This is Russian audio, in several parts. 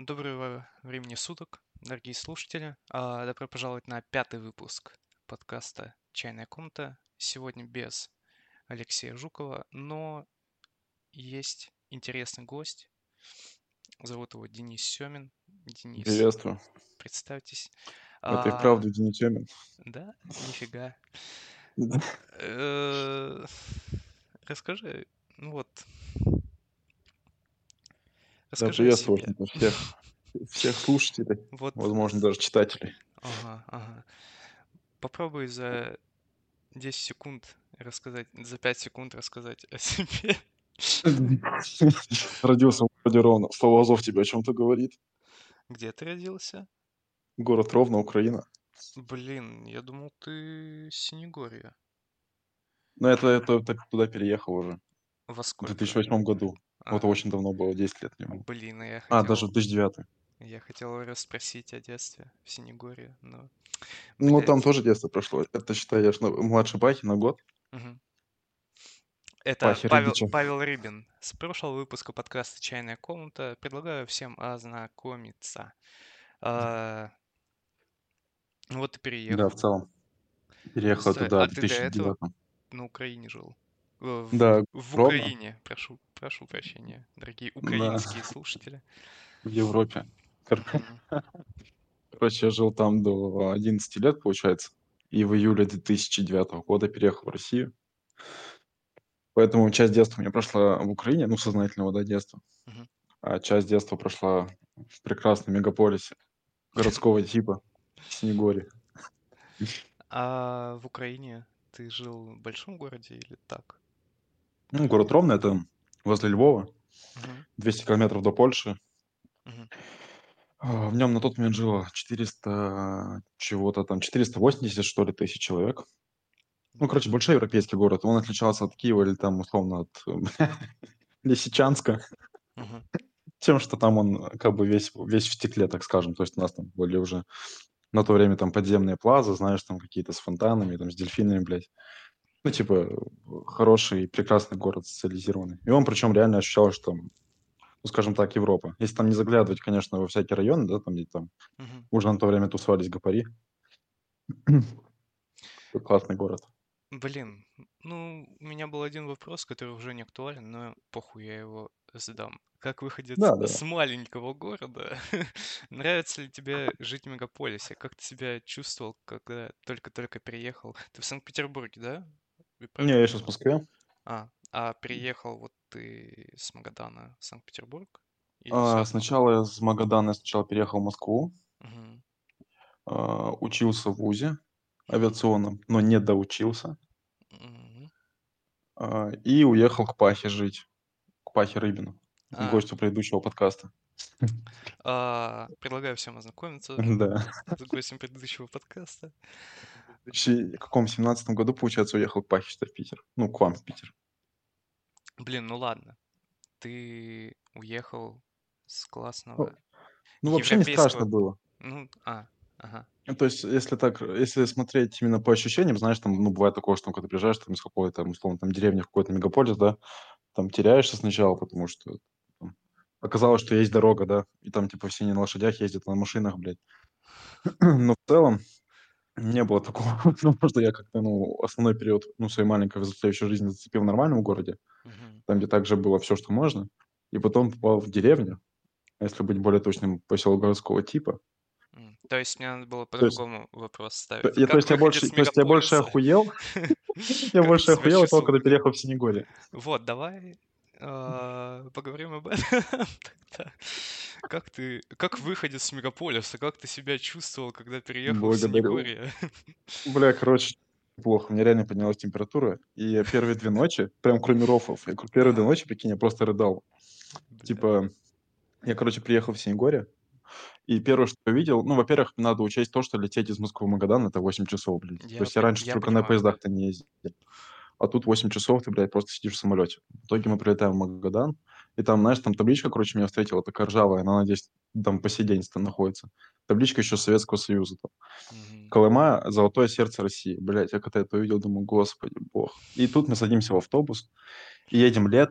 Доброго времени суток, дорогие слушатели. Добро пожаловать на пятый выпуск подкаста «Чайная комната». Сегодня без Алексея Жукова, но есть интересный гость. Зовут его Денис Семин. Денис, Приветствую. представьтесь. Это и А, вправду Денис Семин. да, нифига. Да. Э, Расскажи, ну вот, Да, расскажи о приветствую, в себе. общем-то, всех слушателей, Вот, возможно, даже читателей. ага. Попробуй за 10 секунд рассказать, за 5 секунд рассказать о себе. Родился в городе Ровно. Слово Азов тебе о чем-то говорит. Где ты родился? Город Ровно, Украина. Блин, я думал, ты с Синегория. Но это туда переехал уже Во в сколько? 2008 году. Вот А, очень давно было, 10 лет ему. блин, а Даже в 2009. я хотел расспросить о детстве в Синегории, но, Ну, там блядь. тоже детство прошло. Это, считаешь, младше Пахи на год? Мгм. Это Пахи Павел, Рыбича. Павел Рыбин. С прошлого выпуска подкаста «Чайная комната». Предлагаю всем ознакомиться. А, ну вот ты Да, в переехал. целом. Переехал Стой, туда а в ты до этого 2009. на Украине жил? Да, В Ровно, Украине, прошу прощения, дорогие на, украинские слушатели. в Европе. Мгм. Короче, я жил там до 11 лет, получается, и в июле 2009 года переехал в Россию. Поэтому часть детства у меня прошла в Украине, ну, сознательного, да, детства, Мгм. а часть детства прошла в прекрасном мегаполисе городского типа Снегуре. А в Украине ты жил в большом городе или так? Ну, город Ровно — это возле Львова, Мгм. 200 километров до Польши. Мгм. В нем на тот момент жило 400 чего-то там, 480, что ли, тысяч человек. Ну, короче, Нифига. большой европейский город. Он отличался от Киева или там, условно, от Лисичанска. Мгм. Тем, что там он как бы весь в стекле, так скажем. То есть у нас там были уже на то время там подземные плазы, знаешь, там какие-то с фонтанами, там с дельфинами, блядь. Ну, типа, хороший, прекрасный город социализированный. И он причем реально ощущал, что там, ну, скажем так, Европа. Если там не заглядывать, конечно, во всякие районы, да, там, где там Мгм. уже на то время тусовались гопари. Классный город. Блин, ну, у меня был один вопрос, который уже не актуален, но похуй, я его задам. Как выходец Да, да. с маленького города, нравится ли тебе жить в мегаполисе? Как ты себя чувствовал, когда только-только переехал? Ты в Санкт-Петербурге, да? Я Не, правильно я сейчас в понимаю? Москве. А приехал вот ты с Магадана в Санкт-Петербург? Или сразу на... Сначала я из Магадана сначала переехал в Москву, Мгм. учился в ВУЗе Мгм. авиационном, но не доучился, Мгм. и уехал к Пахе жить. К Пахе Рыбину, А, гостю предыдущего подкаста. Предлагаю всем ознакомиться Да. с гостем предыдущего подкаста. В 2017 году, получается, уехал к Пахе сюда в Питер. Ну, к вам в Питер. Блин, ну ладно. Ты уехал с классного Ну, ну, вообще не страшно европейского... было. Ну, ага. Ну, то есть, если так, если смотреть именно по ощущениям, знаешь, там, ну, бывает такое, что когда ты приезжаешь там из какой-то, там, условно, там, деревни в какой-то мегаполис, да, там теряешься сначала, потому что там оказалось, что есть дорога, да, и там, типа, все не на лошадях ездят, а на машинах, блядь. Но в целом не было такого, потому что я как-то, ну, основной период, ну, своей маленькой взрослеющей жизни зацепил в нормальном городе, Мгм. там, где также было все, что можно, и потом попал в деревню, а если быть более точным, поселок городского типа. То есть мне надо было То есть, по-другому вопрос ставить. то Как есть выходит с я больше мегаполиса? охуел, я Как ты больше себя охуел от того, чувствовал, когда когда... переехал в Синегорию. Вот, давай поговорим об этом тогда. Как выходит с мегаполиса, как ты себя чувствовал, когда переехал в Благодарю. Синегорье? Бля, короче, плохо. У меня реально поднялась температура. И первые 2 ночи, прям кроме рофлов, я говорю, первые 2 Ага, ночи, прикинь, я просто рыдал. бля. Типа, я, короче, приехал в Синегорье, и первое, что я увидел, ну, во-первых, надо учесть то, что лететь из Москвы в Магадан — это 8 часов, блядь. То есть я раньше Я только на понимаю, да. поездах-то не ездил. А тут 8 часов ты, блядь, просто сидишь в самолете. В итоге мы Мгм, прилетаем в Магадан, и там, знаешь, там табличка, короче, меня встретила, такая ржавая, она, надеюсь, там по сей день находится. Табличка еще Советского Союза. Там. мгм. Колыма — золотое сердце России. Блядь, я когда это увидел, думаю, господи, бог. И тут мы садимся в автобус и едем летом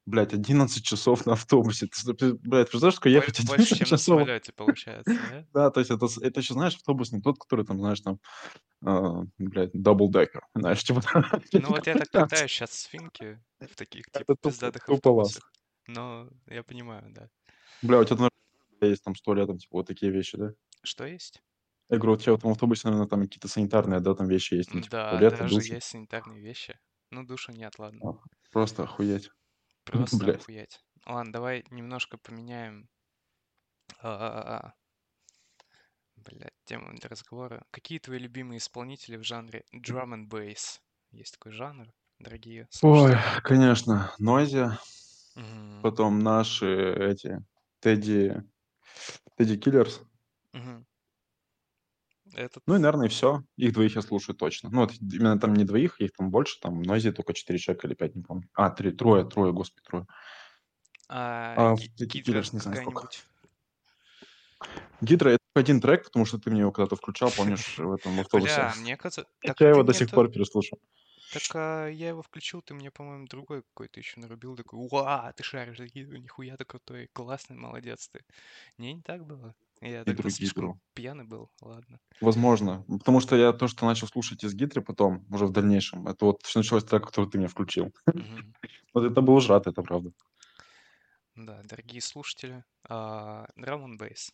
блядь, 11 часов на автобусе. Блядь, представляешь, сколько ехать Больше, 11 чем на часов? самолете, получается, да? Да, то есть это еще, знаешь, автобус не тот, который там, знаешь, там, блядь, double-decker, знаешь, типа Ну вот я так 15. летаю сейчас с Финки в таких типа Это пиздатых туповато. автобусах. Но я понимаю, да. Бля, у тебя, наверное, есть там с туалетом, типа, вот такие вещи, да? Что есть? Я говорю, у тебя в этом автобусе, наверное, там какие-то санитарные, да, там вещи есть, там, типа, Да, туалеты, даже душ. есть санитарные вещи. Ну, душа нет, ладно. Просто охуеть. Просто Блядь. охуеть. Ладно, давай немножко поменяем, а, блядь, тему для разговора. Какие твои любимые исполнители в жанре drum and bass? Есть такой жанр, дорогие Ой, слушатели. конечно, Noisia, Мгм. потом наши эти Тедди, Тедди Киллерс. Мгм. Этот... Ну и, наверное, все. Их двоих я слушаю точно. Ну, вот именно там не двоих, их там больше, там Noisia только 4 человека или 5, не помню. Трое, господи, трое. А в Тедди Гидра Киллерс не знаю сколько. какая-нибудь? Гидра — это один трек, потому что ты мне его когда-то включал, помнишь, в этом автобусе. Бля, мне кажется... Так Я ты его до мне сих то... пор переслушаю. Так я его включил, ты мне, по-моему, другой какой-то еще нарубил. Такой, уа, ты шаришь за гидру, нихуя ты крутой, классный, молодец ты. Не так было. Я тогда слишком Гидру. пьяный был, ладно. Возможно. Потому что я то, что начал слушать из Гидры потом, уже в дальнейшем, это вот всё началось с трека, который ты мне включил. Мгм. Вот это был жрат, это правда. Да, дорогие слушатели, Drum and Bass.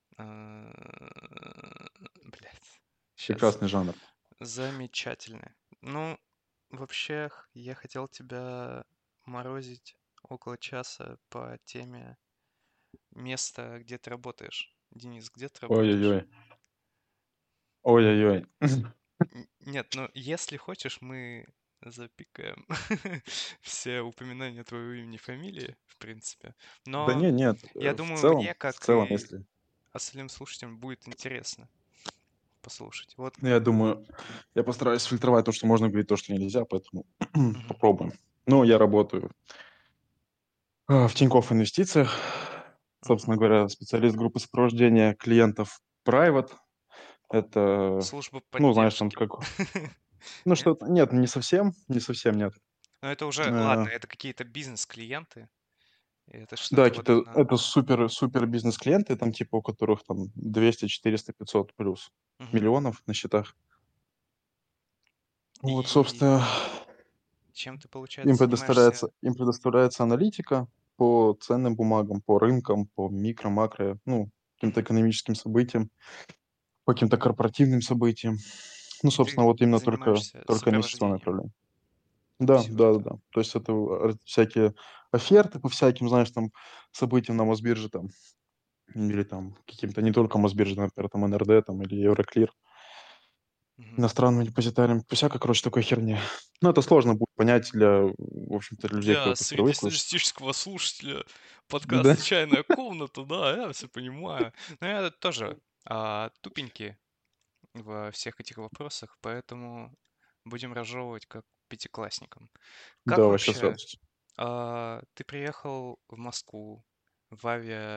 Блять, сейчас. Прекрасный жанр. Замечательно. Ну, вообще, я хотел тебя морозить около часа по теме места, где ты работаешь. Денис, где ты работаешь? Ой-ой-ой. Ой-ой-ой. Нет, ну если хочешь, мы запикаем все упоминания твоего имени, фамилии, в принципе. Да Но не, нет, я в думаю, целом, мне, как и если остальным слушателям, будет интересно послушать. Вот. ну, я думаю, я постараюсь фильтровать то, что можно говорить, то, что нельзя, поэтому Мгм, попробуем. Ну, я работаю, в Тинькофф Инвестициях. Собственно мгм. говоря, специалист группы сопровождения клиентов Private. Это, Служба ну, знаешь, там поддержки. как ну, Нет? что-то нет, не совсем нет. Ну это уже, ладно, Э это какие-то бизнес-клиенты. Это Да, что-то вот какие-то именно. это супер бизнес-клиенты, там типа у которых там 200, 400, 500 плюс Мгм. миллионов на счетах. Вот, И собственно, чем ты, им получается, предоставляется занимаешься? им предоставляется аналитика по ценным бумагам, по рынкам, по микро, макро, ну, каким-то Мгм. экономическим событиям, по каким-то корпоративным событиям. Ну, И ты собственно, вот именно только занимаешься только инвестиционное сопровождением направление. Да, всего этого. да-да-да. То есть это, всякие оферты по всяким, знаешь, там событиям на Мосбирже там или там каким-то не только Мосбирже, например, там НРД там или Евроклир. Мгм. Иностранным депозитариям, по всякой, короче, такой херне. Ну, это сложно будет понять для, в общем-то, людей, Для кто это впервые слышит. среднестатистического слушателя Да, подкаста «Чайная комната», да, я все понимаю. Но я тоже тупенький во всех этих вопросах, поэтому будем разжевывать как пятиклассникам. да, Как вообще с вообще радостью. ты приехал в Москву, в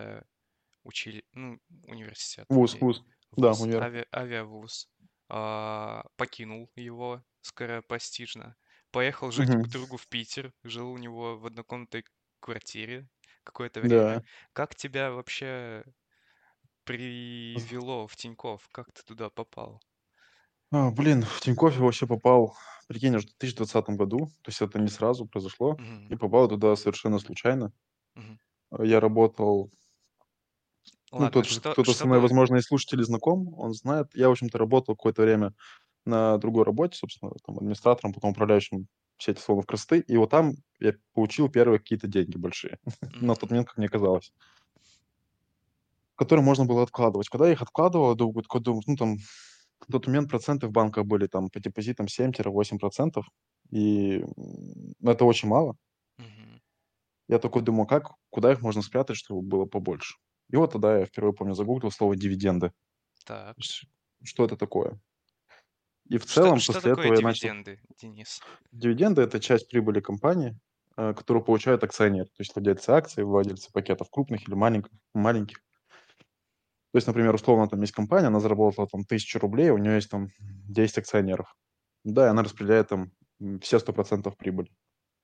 ну, университет или Вуз. Да, вуз, универ. авиавуз, покинул его скоропостижно, поехал жить к Мгм. другу в Питер, жил у него в однокомнатной квартире какое-то время. Да. Как тебя вообще привело в Тинькофф? Как ты туда попал? Блин, в Тинькофф я вообще попал, прикинь, аж в 2020 году. То есть это не сразу произошло. Мгм, И попал туда совершенно случайно. мгм. Я работал, ну, Ладно, кто-то со мной, возможно, из слушателей знаком, он знает. Я, в общем-то, работал какое-то время на другой работе, собственно, там, администратором, потом управляющим сети салонов красоты. И вот там я получил первые какие-то деньги большие. На тот Мгм, момент, как мне казалось, которые можно было откладывать. Когда я их откладывал, я думаю, ну, там, в тот момент проценты в банках были там по депозитам 7-8%, и это очень мало. мгм. Я такой думаю, куда их можно спрятать, чтобы было побольше? И вот тогда я впервые, помню, загуглил слово «дивиденды». Так. Ш Что это такое? И в Что, целом что после такое этого я начал. дивиденды, Денис? Дивиденды — это часть прибыли компании, которую получают акционеры, то есть владельцы акций, владельцы пакетов крупных или маленьких. То есть, например, условно, там есть компания, она заработала там 1000 рублей, у нее есть там 10 акционеров. Да, и она распределяет там, все 100% прибыли.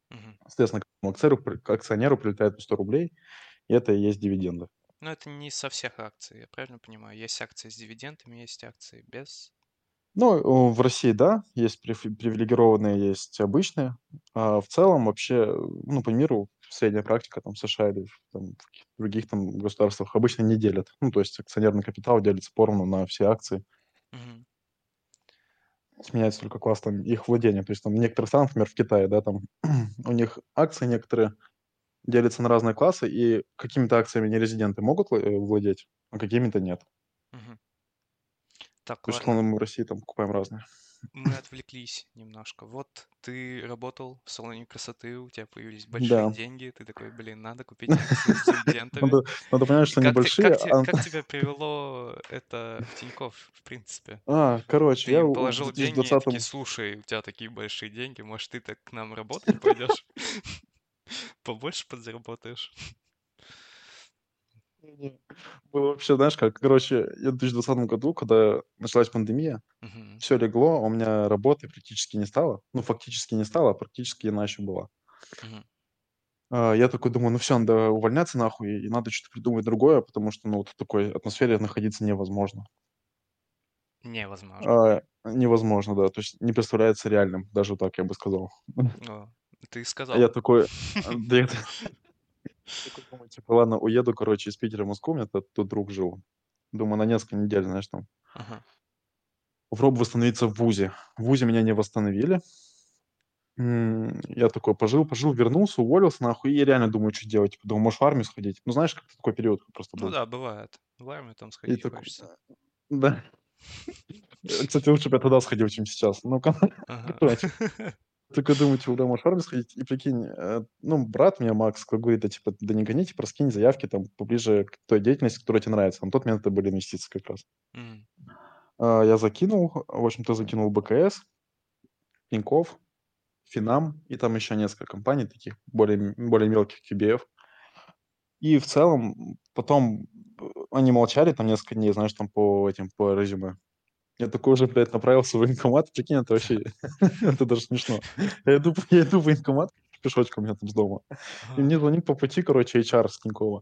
Соответственно, к акционеру прилетает по 100 рублей, и это и есть дивиденды. Но это не со всех акций, я правильно понимаю? Есть акции с дивидендами, есть акции без. Ну, в России, да, есть привилегированные, есть обычные. А в целом вообще, ну, по миру средняя практика, там, в США или там, в каких-то других там государствах обычно не делят. Ну, то есть акционерный капитал делится поровну на все акции. Мгм. Сменяется только класс там их владения. То есть там в некоторых странах, например, в Китае, да, там у них акции некоторые делятся на разные классы, и какими-то акциями нерезиденты могут владеть, а какими-то нет. Мгм. Так, То есть, ладно, условно, мы в России там покупаем разные. мы отвлеклись немножко. Вот ты работал в салоне красоты, у тебя появились большие Да. деньги, ты такой, блин, надо купить акции с дивидендами. Надо понять, И что небольшие, как тебя привело это в Тинькофф, в принципе? короче, Ты я им в положил деньги и такие, 2020 слушай, у тебя такие большие деньги, может, ты так к нам работать пойдешь? Побольше подзаработаешь. не, было вообще, знаешь как, короче, я в 2020 году, когда началась пандемия, Мгм. все легло, а у меня работы практически не стало. Ну, фактически не стало, а практически она еще была. Мгм. Я такой думаю: "Ну все, надо увольняться нахуй, и надо что то придумать другое", потому что, ну, вот в такой атмосфере находиться невозможно. Невозможно. Невозможно, да, то есть не представляется реальным, даже так я бы сказал. О, ты А я сказал. такой, да я такой думаю, типа, ладно, уеду, короче, из Питера в Москву, у меня тут друг жил. Думаю, на несколько недель, знаешь, там. Ага. Попробую восстановиться в ВУЗе. В ВУЗе меня не восстановили. Я такой пожил, вернулся, уволился нахуй и реально думаю, что делать. Типа, думаю, может, в армию сходить? Ну, знаешь, как такой период просто Ну был. да, бывает. В армию там И сходить такой, хочется. да. Кстати, лучше бы я тогда сходил, чем сейчас. Ну, Ага. короче. Такой думаю, типа, да, может, в армию сходить? И прикинь, ну, брат мне, Макс, как говорит, да, типа, да не гони, типа, раскинь заявки там поближе к той деятельности, которая тебе нравится. На тот момент это были инвестиции как раз. М, Я закинул, в общем-то, закинул БКС, Тинькофф, Финам и там еще несколько компаний таких, более мелких QBF. И в целом потом они молчали там несколько дней, знаешь, там по резюме. Я такой уже, блядь, направился в военкомат. Прикинь, это вообще, это даже смешно. Я иду в военкомат пешочком у меня там с дома. И ага. мне звонит по пути, короче, HR с Тинькова.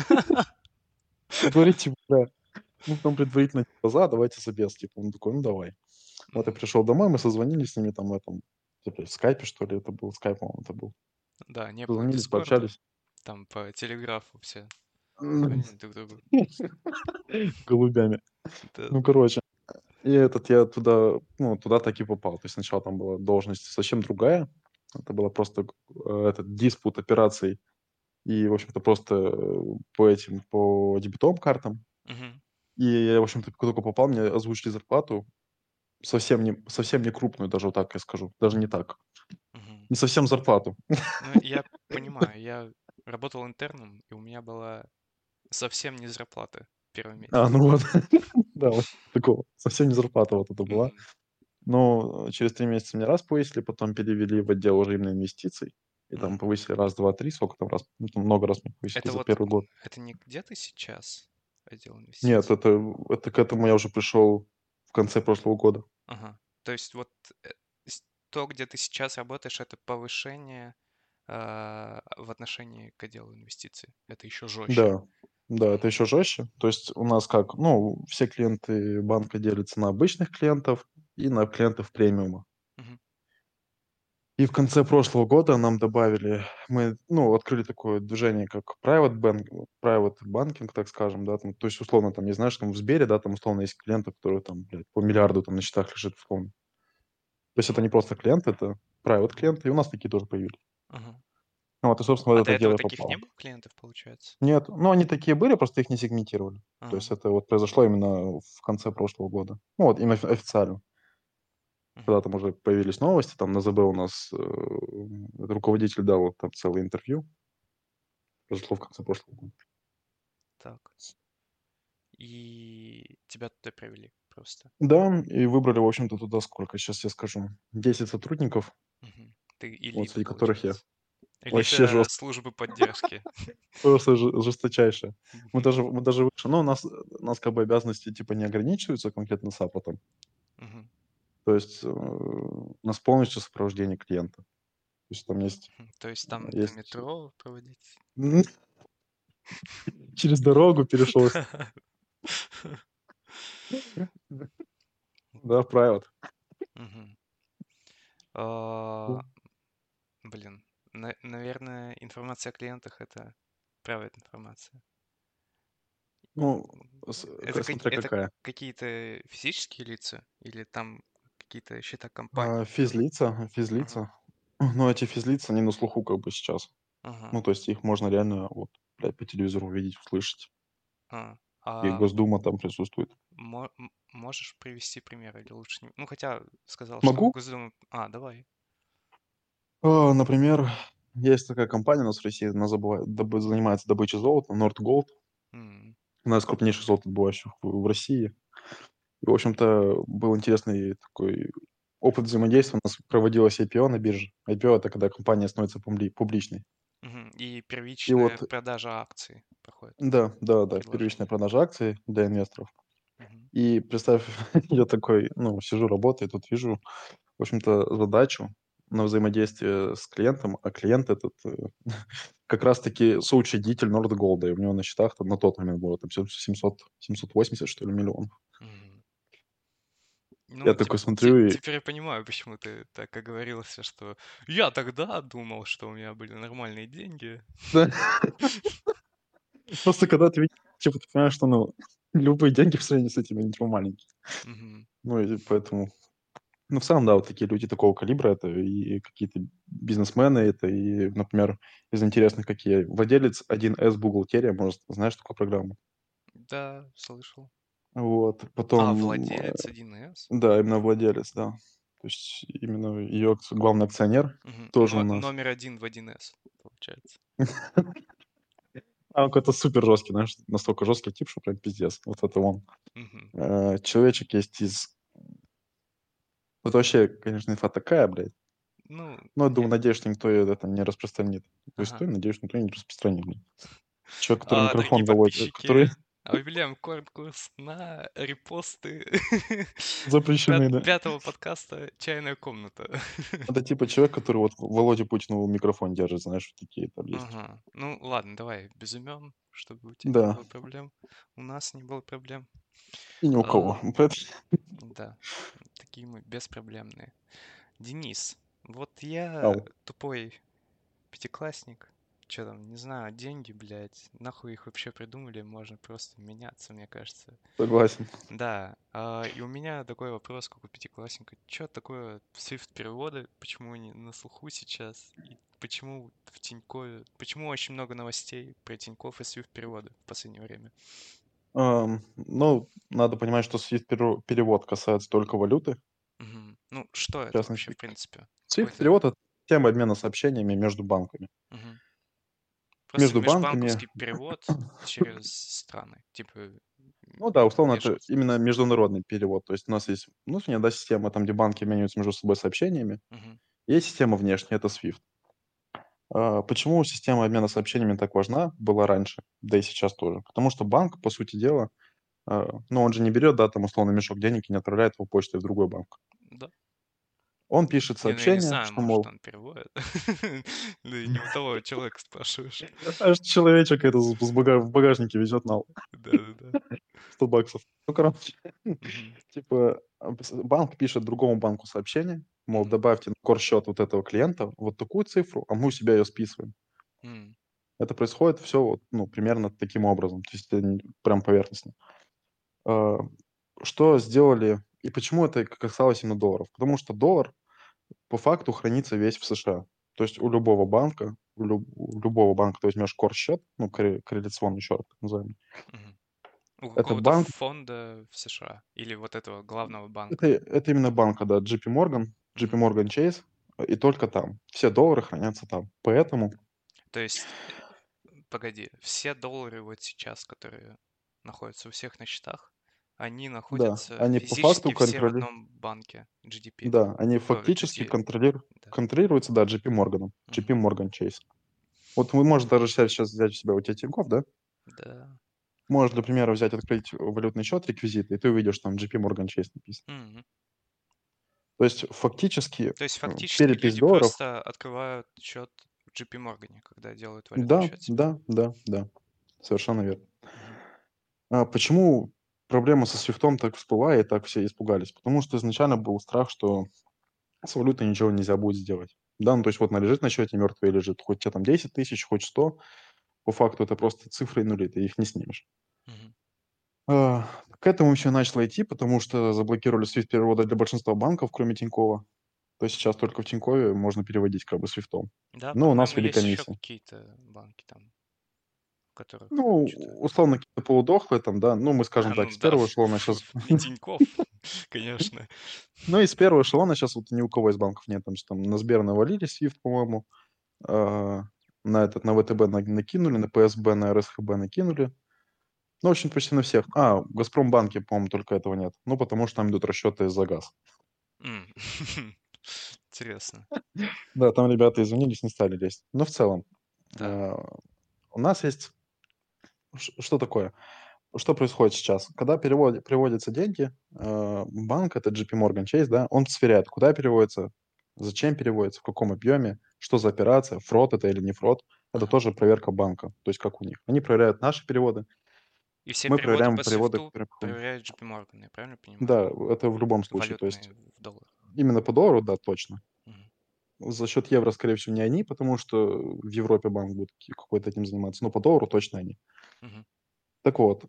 И говорит, типа, бля, ну, там предварительно типа давайте за без. Типа, он такой, ну, давай. Вот я Мгм. пришел домой, мы созвонились с ними там в этом, типа, в скайпе, что ли, это был, скайп, по-моему, это был. Да, не было Созвонились, Дискорда, пообщались. там по телеграфу все М, звонили друг другу. Голубями. Да. Ну, короче, и я туда, ну, туда так и попал. То есть сначала там была должность совсем другая. Это было просто этот диспут операций и, в общем-то, просто по дебетовым картам. Мгм. И я, в общем-то, как только попал, мне озвучили зарплату совсем не крупную, даже вот так я скажу, даже не так. Мгм. Не совсем зарплату. Ну, я понимаю, я работал интерном, и у меня была совсем не зарплата первый месяц. Ну вот, да, вот такого. Совсем не зарплата вот это была. Мгм. Но через 3 месяца меня раз повысили, потом перевели в отдел уже именно инвестиций. И там Мгм. повысили раз, 2, 3, сколько там раз, ну, там много раз меня повысили Это за вот, первый год. это не где ты сейчас, отдел Нет, инвестиций? это к этому я уже пришел в конце прошлого года. Ага. То есть вот э, то, где ты сейчас работаешь, это повышение в отношении к отделу инвестиций. Это еще жестче. Да, да, это еще жестче. То есть у нас как, ну, все клиенты банка делятся на обычных клиентов и на клиентов премиума. Мгм. И в конце прошлого года нам добавили, мы, ну, открыли такое движение, как private banking, так скажем, да, там, то есть, условно, там, не знаешь, там в Сбере, да, там, условно, есть клиенты, которые там, блядь, по миллиарду там на счетах лежит, условно. То есть это Ну, не просто клиенты, это private клиенты, и у нас такие тоже появились. ага. Ну вот, и, собственно, А в до это этого дело я таких не попал. было клиентов, получается? Нет, ну, они такие были, просто их не сегментировали. То есть Ага. это вот произошло именно в конце прошлого года. Ну, вот именно официально. Мгм. Когда там уже появились новости, там на ЗБ у нас руководитель дал вот там целое интервью. Произошло в конце прошлого года. Так. И тебя туда привели просто. Да, и выбрали, в общем-то, туда сколько, сейчас я скажу, 10 сотрудников, Мгм. Ты вот элита, среди которых я. получается. Вообще Элита жестко, службы поддержки. просто жесточайшее. Мы Мгм. даже, мы даже выше, но у нас как бы обязанности типа не ограничиваются конкретно саппортом. Мгм. То есть у нас полностью сопровождение клиента. есть там есть, То есть там до есть метро проводить? через дорогу перешел. Да, private. Мгм. А, Блин, наверное, информация о клиентах — это private информация. Ну, Это, смотря это какая. какие-то физические лица или там какие-то счета компаний? Физлица. Ага, Ну, эти физлица, они на слуху как бы сейчас. ага. Ну, то есть их можно реально вот, блядь, по телевизору увидеть, услышать. А, И а Госдума там присутствует. можешь привести пример или лучше не? Ну, хотя сказал, что Могу. Госдума... давай. Например, есть такая компания у нас в России, она занимается добычей золота, Nordgold. М, Одна из крупнейших золотодобывающих в России. И, в общем-то, был интересный такой опыт взаимодействия. У нас проводилось IPO на бирже. IPO — это когда компания становится публичной. мгм. И И первичная вот, продажа акций проходит, да, да, да, первичная предложение. продажа акций для инвесторов. Мгм. И представь, я такой, ну, сижу, работаю, тут вижу, в общем-то, задачу на взаимодействие с клиентом, а клиент этот как раз-таки соучредитель Нордголда, и у него на счетах там на тот момент было там 780, что ли, миллионов. Мгм. Я Ну, такой смотрю и... теперь я понимаю, почему ты так оговорился, что я тогда думал, что у меня были нормальные деньги. Да, просто когда ты видишь, типа, ты понимаешь, что, ну, любые деньги в сравнении с этими, они типа маленькие. Мгм. Ну, и поэтому... Ну, в целом, да, вот такие люди такого калибра, это и какие-то бизнесмены, это и, например, из интересных какие. Владелец 1С бухгалтерия, может, знаешь такую программу? Да, слышал. Вот, потом, Владелец 1С. да, именно владелец, да. То есть именно ее главный акционер Мгм. тоже у нас. Номер один в 1С, получается. А он какой-то супер жесткий, знаешь, настолько жесткий тип, что прям пиздец. Вот это он. Мгм. Человечек есть из... Вот вообще, конечно, инфа такая, блядь. Ну, Но я думаю, надеюсь, что никто её это не распространит. То есть ага. то, и надеюсь, никто не распространит, блин. Человек, который Дорогие микрофон заводит, который подписчики, объявляем конкурс на репосты запрещены, да. пятого подкаста «Чайная комната». Это типа человек, который вот Володе Путину микрофон держит, знаешь, вот такие там есть. Ага. Ну, ладно, давай без имен, чтобы у тебя не Да, было проблем. У нас не было проблем. и ни у кого. А, да, такие мы беспроблемные. Денис, вот я Ау, тупой пятиклассник. Че там, не знаю, деньги, блядь, нахуй их вообще придумали, можно просто меняться, мне кажется. согласен. Да, и у меня такой вопрос, как у пятиклассника. Что такое Swift переводы? Почему они на слуху сейчас? И почему в Тинькове, почему очень много новостей про Тинькофф и Swift переводы в последнее время? Ну, надо понимать, что Swift перевод касается только валюты, Мгм. Ну, что в это вообще, частности. в принципе? Swift Какой-то... перевод — это система обмена сообщениями между банками. Мгм. Просто Между банками, межбанковский перевод через страны. Типа ну да, условно, это вешаются именно просто. международный перевод. То есть у нас есть внутренняя, да, система, там, где банки обмениваются между собой сообщениями. Мгм. Есть система внешняя, это SWIFT. Почему система обмена сообщениями так важна была раньше, да и сейчас тоже? Потому что банк, по сути дела, ну, он же не берет, да, там, условно, мешок денег и не отправляет его почтой в другой банк. Да. Он пишет Не, ну я не сообщение, знаю, что, может мол, он переводит. Да и не у того человека спрашиваешь. аж человечек это в багажнике везет на Да-да-да. 100 баксов. Ну, короче, Мгм. типа, банк пишет другому банку сообщение, мол, Мгм. добавьте на корсчет вот этого клиента вот такую цифру, а мы у себя ее списываем. М. Это происходит все вот, ну, примерно таким образом, то есть это прям поверхностно. А, Что сделали и почему это касалось именно долларов? Потому что доллар по факту хранится весь в США. То есть у любого банка, у любого банка ты возьмешь корсчет, ну, корреляционный счет, так называемый. Мгм. У Это какого-то банк, фонда в США или вот этого главного это, банка. это именно банка, да, JP Morgan, JP Мгм. Morgan Chase, и только там. Все доллары хранятся там. Поэтому, То есть, погоди, все доллары вот сейчас, которые находятся у всех на счетах, они да, находятся они по факту физически все в контролируют, одном банке GDP. да, они Ой, фактически GD, да. контролируются, да, JP Morgan, JP Мгм. Morgan Chase. Вот вы можете даже сейчас взять у себя, у тебя Тинькофф, да? Да. Можешь, для примера, взять, открыть валютный счет, реквизиты, и ты увидишь, там JP Morgan Chase написано. Мгм. То есть фактически То есть фактически перед тысяч люди долларов, просто открывают счет в JP Morgan, когда делают валютный да, счет себе. да, да, да, совершенно верно. Мгм. Почему проблема со свифтом так всплыла и так все испугались? Потому что изначально был страх, что с валютой ничего нельзя будет сделать. Да, ну то есть вот она лежит на счете, мертвая лежит, хоть у тебя там 10 тысяч, хоть 100, по факту это просто цифры и нули, ты их не снимешь. Мгм. А, К этому все начало идти, потому что заблокировали свифт-переводы для большинства банков, кроме Тинькова. То есть сейчас только в Тинькове можно переводить как бы свифтом. Да, Но у нас по-моему, ввели есть еще комиссии. какие-то банки там, в которых Ну, что-то... условно, какие-то полудохлые там, да. Ну, мы скажем А, так, ну из да, первого эшелона сейчас... не Тинькофф, конечно. Ну, из первого эшелона сейчас вот ни у кого из банков нет. Там на Сбер навалили свифт, по-моему, а, на ВТБ накинули, на ПСБ, на РСХБ накинули. Ну, в общем, почти на всех. В Газпромбанке, по-моему, только этого нет. Ну, потому что там идут расчеты за газ. М. Интересно. Да, там ребята извинились, не стали лезть. Но в целом, Да. э, у нас есть... Что такое? Что происходит сейчас? Когда переводятся деньги, банк, это JP Morgan Chase, да, он сверяет, куда переводится, зачем переводится, в каком объеме, что за операция, фрод это или не фрод. Это Ага. тоже проверка банка, то есть как у них. Они проверяют наши переводы, И все мы переводы проверяем по переводы, свифту которые приходят. проверяет JP Morgan, я правильно понимаю? Да, это в любом случае. То есть Валютные в долларах. именно по доллару, да, точно. Мгм. За счет евро, скорее всего, не они, потому что в Европе банк будет какой-то этим заниматься, но по доллару точно они. Мгм. Так вот,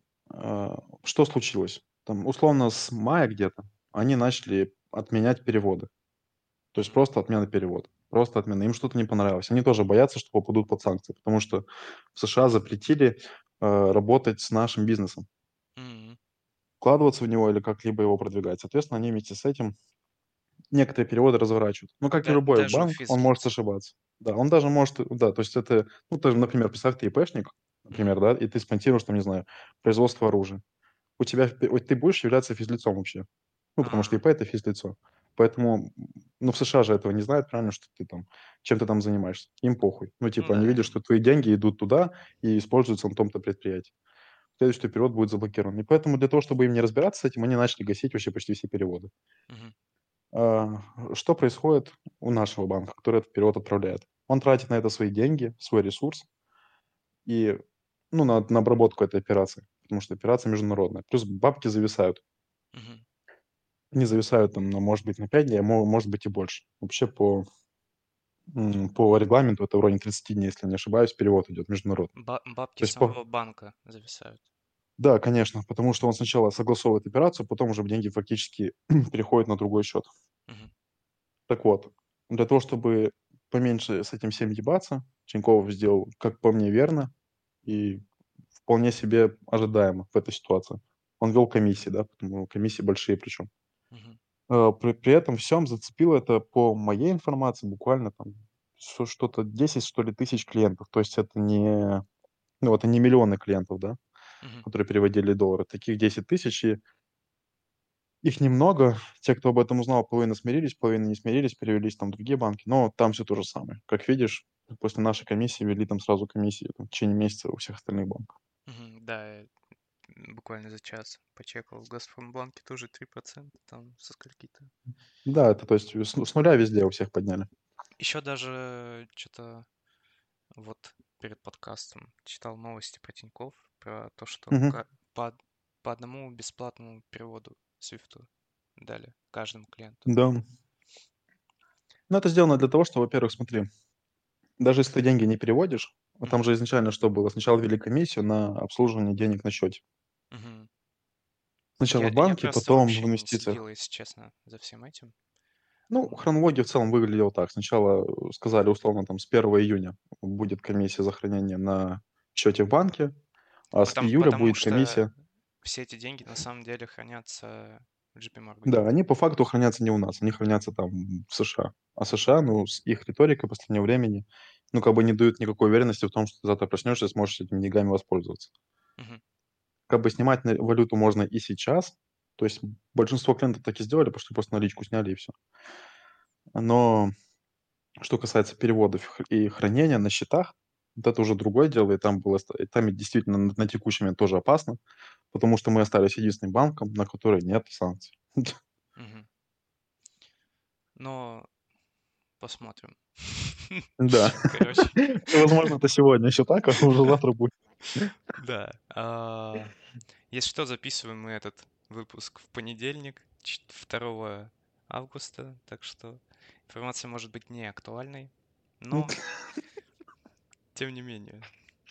что случилось? Там, условно, с мая где-то они начали отменять переводы. То есть Мгм. просто отмена перевода. Просто отмена. Им что-то не понравилось. Они тоже боятся, что попадут под санкции, потому что в США запретили работать с нашим бизнесом, М. вкладываться в него или как-либо его продвигать. Соответственно, они вместе с этим некоторые переводы разворачивают. Ну, как и любой Даже у банк, он может физлиц. ошибаться. Да, он даже может, да, то есть это, ну, ты, например, представь, ты ИПшник, Мгм. например, да, и ты спонсируешь, там, не знаю, производство оружия. У тебя, ты будешь являться физлицом вообще. Ну, потому что А, ИП — это физлицо. Поэтому, ну, в США же этого не знают, правильно, что ты там, чем ты там занимаешься. Им похуй. Ну, ну типа, они да. видят, что твои деньги идут туда и используются на том-то предприятии. Следующий перевод будет заблокирован. И поэтому для того, чтобы им не разбираться с этим, они начали гасить вообще почти все переводы. Мгм. Что происходит у нашего банка, который этот перевод отправляет? Он тратит на это свои деньги, свой ресурс и, ну, на обработку этой операции, потому что операция международная. Плюс бабки зависают. Мгм. Они зависают там, ну, может быть, на 5 дней, может быть и больше. Вообще по регламенту это в районе 30 дней, если не ошибаюсь, перевод идет международный. Бабки То есть самого банка зависают. да, конечно, потому что он сначала согласовывает операцию, потом уже деньги фактически переходят на другой счет. Мгм. Так вот, для того, чтобы поменьше с этим всем ебаться, Тинькофф сделал, как по мне, верно и вполне себе ожидаемо в этой ситуации. Он ввел комиссии, да, потому комиссии большие причем. Мгм. При этом всем зацепило это, по моей информации, буквально там что-то 10, что ли, тысяч клиентов. То есть это не, ну, это не миллионы клиентов, да, Мгм. которые переводили доллары. Таких 10 тысяч, и их немного. Те, кто об этом узнал, половина смирились, половина не смирились, перевелись там в другие банки. Но там все то же самое. Как видишь, после нашей комиссии ввели там сразу комиссии там, в течение месяца у всех остальных банков. Мгм. Да, я буквально за час почекал. В Газпромбанке тоже 3%, там со скольки-то. Да, это то есть с нуля везде у всех подняли. Еще даже что-то вот перед подкастом читал новости про Тинькофф, про то, что Мгм. по одному бесплатному переводу Свифту дали каждому клиенту. Да. Но это сделано для того, что, во-первых, смотри, даже если ты деньги не переводишь, там Мгм. же изначально что было? Сначала ввели комиссию на обслуживание денег на счете. Мгм. Сначала в Я банке, просто потом в вообще не инвестициях. следил, если честно, за всем этим. Ну, хронология в целом выглядела так. Сначала сказали, условно, там, с 1 июня будет комиссия за хранение на счете в банке, а с июля Потому будет что комиссия. все эти деньги на самом деле хранятся в JP Morgan. Да, они по факту хранятся не у нас, они хранятся там в США. А США, ну, с их риторикой в последнее время, ну, как бы не дают никакой уверенности в том, что ты завтра проснешься и сможешь этими деньгами воспользоваться. Мгм. Как бы снимать валюту можно и сейчас, то есть большинство клиентов так и сделали, потому что просто наличку сняли и все. Но что касается переводов и хранения на счетах, вот это уже другое дело, и там и действительно на текущий момент тоже опасно, потому что мы остались единственным банком, на который нет санкций. Мгм. Но посмотрим. Да. Короче, Ну, возможно, это сегодня еще так, а уже завтра будет. да. Если что, записываем мы этот выпуск в понедельник, 2 августа, так что информация может быть не актуальной, но тем не менее.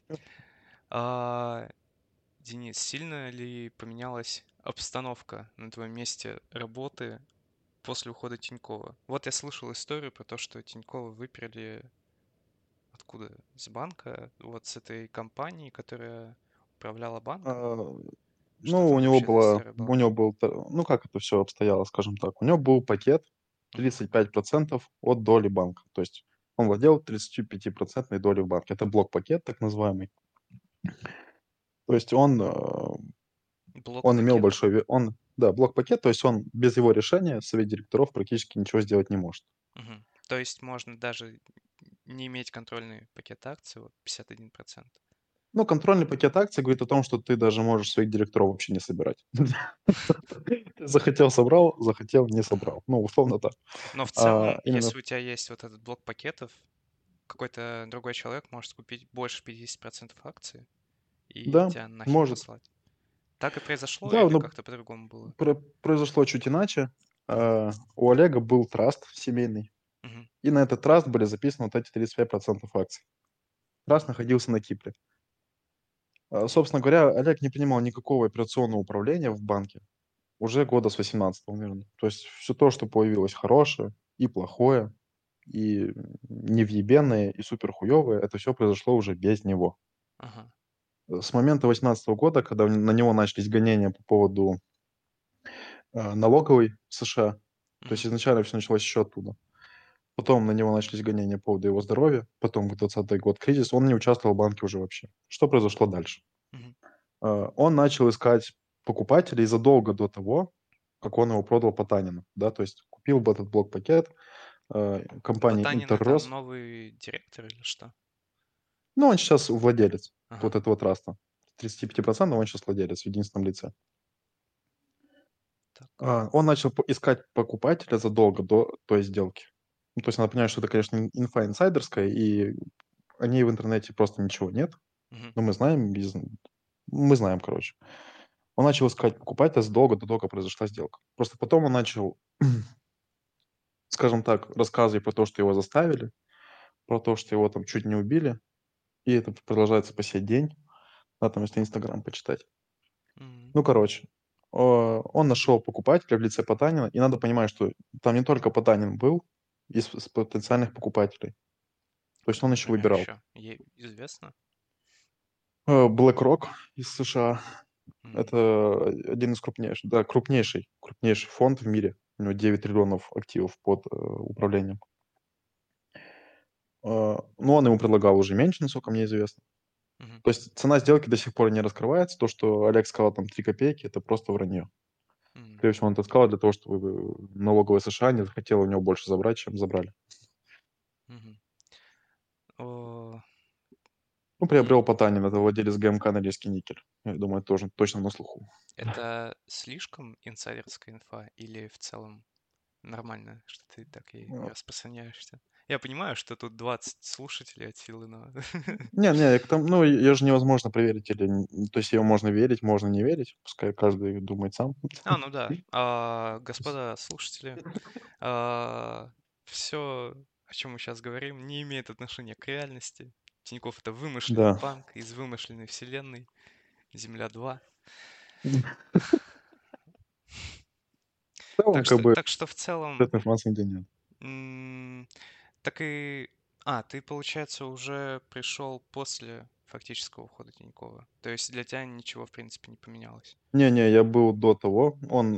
А, Денис, сильно ли поменялась обстановка на твоем месте работы после ухода Тинькова? Вот я слышал историю про то, что Тинькова выперли откуда? С банка, вот с этой компании, которая управляла банком. А, Ну, Что-то у вот него вообще за была, история у была. него был, ну, как это все обстояло, скажем так. У него был пакет Мгм. 35% от доли банка. То есть он владел 35% долей в банке. Это блок-пакет, так называемый. То есть он имел Блок-пакет. большой, да, блок-пакет, то есть он без его решения, совет директоров практически ничего сделать не может. Мгм. То есть можно даже не иметь контрольный пакет акций, вот 51%. Ну, контрольный пакет акций говорит о том, что ты даже можешь своих директоров вообще не собирать. Ты захотел — собрал, захотел — не Ага. собрал. Ну, условно так. Но в целом, Именно, если у тебя есть вот этот блок пакетов, какой-то другой человек может купить больше 50% акций и да, тебя нахер может. послать. Так и произошло Да, или но как-то по-другому было? произошло чуть иначе. Мгм. У Олега был траст семейный, Мгм. и на этот траст были записаны вот эти 35% акций. Траст Мгм. находился на Кипре. Собственно говоря, Олег не принимал никакого операционного управления в банке уже года с 18-го, наверно. То есть все то, что появилось хорошее и плохое, и невъебенное, и суперхуёвое — это все произошло уже без него. Ага. С момента 18-го года, когда на него начались гонения по поводу, налоговой в США, то есть Мгм. изначально все началось еще оттуда. Потом на него начались гонения по поводу его здоровья, потом в 20-й год кризис, он не участвовал в банке уже вообще. Что произошло дальше? Мгм. Он начал искать покупателей задолго до того, как он его продал Потанину, да, то есть купил бы этот блок-пакет, компании Потанин — это «Интеррос». новый директор или что? Ну, он сейчас владелец вот Ага. этого траста. 35% он сейчас владелец в единственном лице. Так. Он начал искать покупателя задолго до той сделки. Ну, то есть надо понимать, что это, конечно, инфа инсайдерская, и о ней в интернете просто ничего нет. Мгм. Но мы знаем, короче. Он начал искать покупателя задолго до того, как произошла сделка. Просто потом он начал, скажем так, рассказывать про то, что его заставили, про то, что его там чуть не убили, и это продолжается по сей день. Да, там, если Инстаграм почитать. М. Ну, короче, он нашел покупателя в лице Потанина, и надо понимать, что там не только Потанин был из потенциальных покупателей. То есть он еще Например, выбирал. еще известно. BlackRock из США — М. это один из крупнейших, да, крупнейший фонд в мире. У него 9 триллионов активов под управлением. Но он ему предлагал уже меньше, насколько мне известно. Мгм. То есть цена сделки до сих пор не раскрывается. То, что Олег сказал, там 3 копейки — это просто вранье. М. Скорее всего, он это сказал для того, чтобы налоговая США не захотела у него больше забрать, чем забрали. Мгм. О, Ну, и приобрел Потанин, это владелец ГМК «Норильский никель». Я думаю, это тоже точно на слуху. это слишком инсайдерская инфа или в целом нормально, что ты так и А, распространяешься? Я понимаю, что тут 20 слушателей от силы, но... Не, ну, ее же невозможно проверить или то есть ее можно верить, можно не верить, пускай каждый думает сам. Ну да. Господа слушатели, все, о чем мы сейчас говорим, не имеет отношения к реальности. Тинькофф — это вымышленный Да. банк из вымышленной вселенной. Земля-2. В целом, Так как что, бы, так что в целом, этой информации нигде нет. м, так и... ты, получается, уже пришел после фактического ухода Тинькова. То есть для тебя ничего, в принципе, не поменялось. Не, я был до того.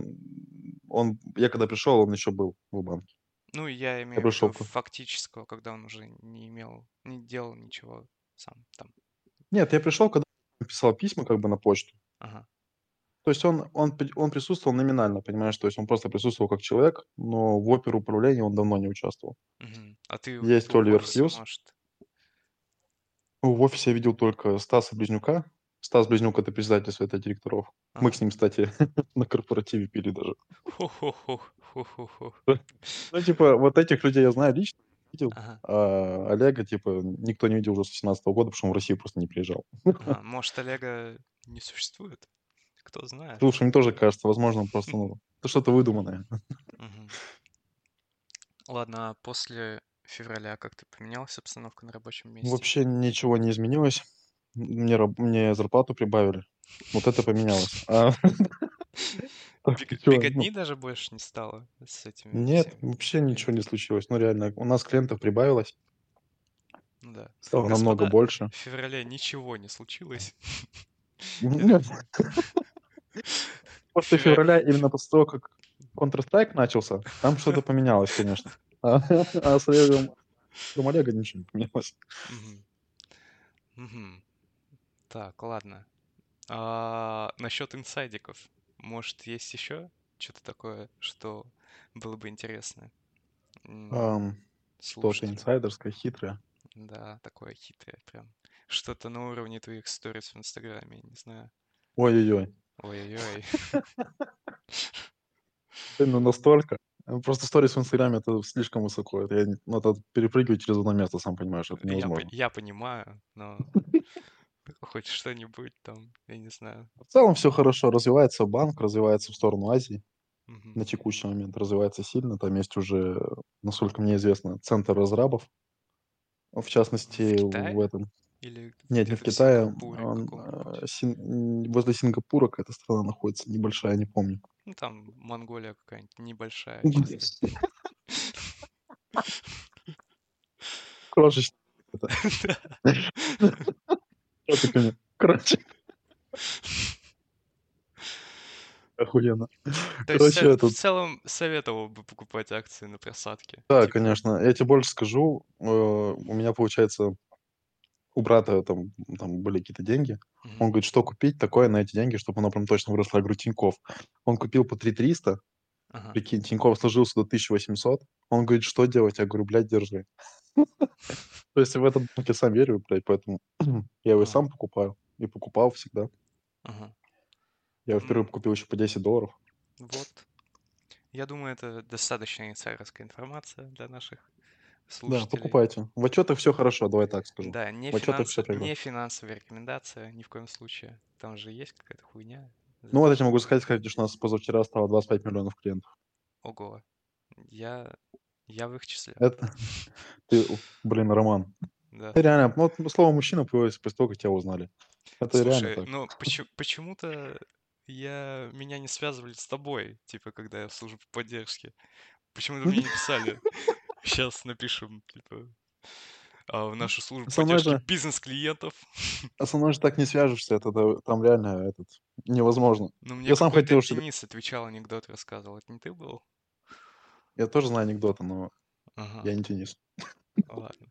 Я когда пришел, он еще был в банке. Ну, я Я имею в пришел. виду фактического, когда он уже не делал ничего сам там. Нет, я пришел, когда он писал письма как бы на почту. Ага. То есть он присутствовал номинально, понимаешь, то есть он просто присутствовал как человек, но в оперуправлении он давно не участвовал. Мгм. А ты Есть был в Оливер офисе, Хьюз. может? В офисе я видел только Стаса Близнюка, Стас Близнюк — это председатель совета директоров. Мы Ага. с ним, кстати, на корпоративе пили даже. Хо-хо-хо, хо-хо-хо. Ну, типа, вот этих людей я знаю лично, видел. Ага. А Олега, типа, никто не видел уже с 18 года, потому что он в Россию просто не приезжал. Ага. Может, Олега не существует? Кто знает. Слушай, мне тоже кажется, возможно, он просто, ну, это что-то выдуманное. Мгм. Ладно, а после февраля как-то поменялась обстановка на рабочем месте? Вообще ничего не изменилось. Мне зарплату прибавили. Вот это поменялось. Так чё, Беготни ну, даже больше не стало с этими нет, всеми вообще ничего не клиентами? случилось. Ну, реально, у нас клиентов прибавилось, Ну да. стало намного Господа, больше. в феврале ничего не случилось. Нет, В после феврале... февраля, именно после того, как Counter-Strike начался, там что-то поменялось, конечно. А с Олега ничего не поменялось. Мгм. Мгм. Так, ладно. Насчет инсайдиков. Может, есть еще что-то такое, что было бы интересно Что-то слушателям? инсайдерское, хитрое. Да, такое хитрое прям. Что-то на уровне твоих сторис в Инстаграме, я не знаю. Ой-ой-ой. Ой-ой-ой. Ну, настолько. Просто сторис в Инстаграме — это слишком высоко. Это ну, это перепрыгивать через одно место, сам понимаешь, это невозможно. Я понимаю, но хоть что-нибудь там, я не знаю. В целом все хорошо. Развивается банк, развивается в сторону Азии. Мгм. На текущий момент развивается сильно. Там есть уже, насколько мне известно, центр разрабов. В В частности, в Китае этом. или Нет, не в где-то в Китае. Сингапуре каком-нибудь? Возле Сингапура какая-то страна находится, небольшая, не помню. Ну, там Монголия какая-нибудь небольшая, чисто. Крошечная это. Что ты ко мне? Короче, охуенно. То есть Короче, в этот. целом советовал бы покупать акции на просадке. Да, Типа, конечно. Я тебе больше скажу, у меня, получается, у брата там были какие-то деньги. мгм, Он говорит, что купить такое на эти деньги, чтобы оно прям точно выросло. Я говорю, Тинькофф. Он купил по 3 300, ага, прикинь, Тинькофф сложился до 1800. Он говорит, что делать? Я говорю, блядь, держи. То есть в этот банк я сам верю, блядь, поэтому я его и ага, сам покупаю. И покупал всегда. ага. Я его впервые купил еще по $10. Вот. Я думаю, это достаточно инсайдерская информация для наших Да, слушателей. покупайте. В отчетах все хорошо, давай так скажу. Да, В отчетах все не прекрасно. финансовая рекомендация ни в коем случае. Там же есть какая-то хуйня Ну вот я тебе запрещенная. могу сказать, что у нас позавчера стало 25 миллионов клиентов. Ого. Я, я в их числе. Это ты, блин, Роман. Да. Реально, ну, вот слово "мужчина" появилось после того, как тебя узнали. Это реально Слушай, так. ну почему-то меня не связывали с тобой, типа, когда я в службе поддержки. Почему-то мне не писали. Сейчас напишем, типа, в нашу службу Со мной поддержки же бизнес-клиентов. со мной же так не свяжешься, это да, там реально невозможно. Ну, мне Я сам какой-то хотел, чтобы Денис отвечал, анекдот рассказывал. Это не ты был? я тоже знаю анекдоты, но Ага, я не Денис. ладно.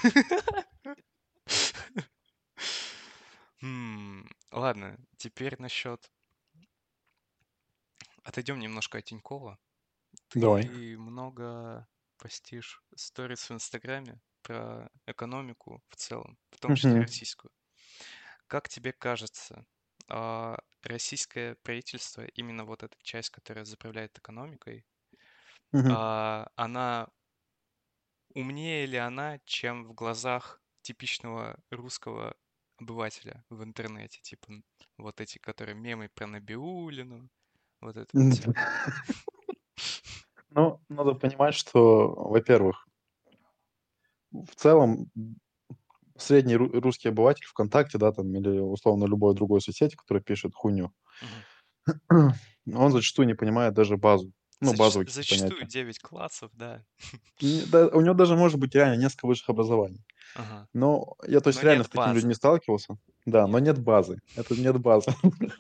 Ладно, теперь насчет... Отойдем немножко от Тинькова. Давай. Ты много постишь сторис в Инстаграме про экономику в целом, в том числе Мгм. российскую. Как тебе кажется, российское правительство, именно вот эта часть, которая заправляет экономикой, Мгм. она умнее ли она, чем в глазах типичного русского обывателя в интернете? Типа вот эти, которые мемы про Набиуллину, вот это вот все. Ну, надо понимать, что, во-первых, в целом, средний русский обыватель "ВКонтакте", да, там или условно любой другой соцсети, который пишет хуйню, Мгм. он зачастую не понимает даже базу, ну, базовые какие-то Зачастую понятия. 9 классов, да. Да, у него даже может быть реально несколько высших образований. Ага. Но я, то есть, Но реально нет с такими базы. людьми сталкивался. Да, но Нет. нет базы. Это нет базы.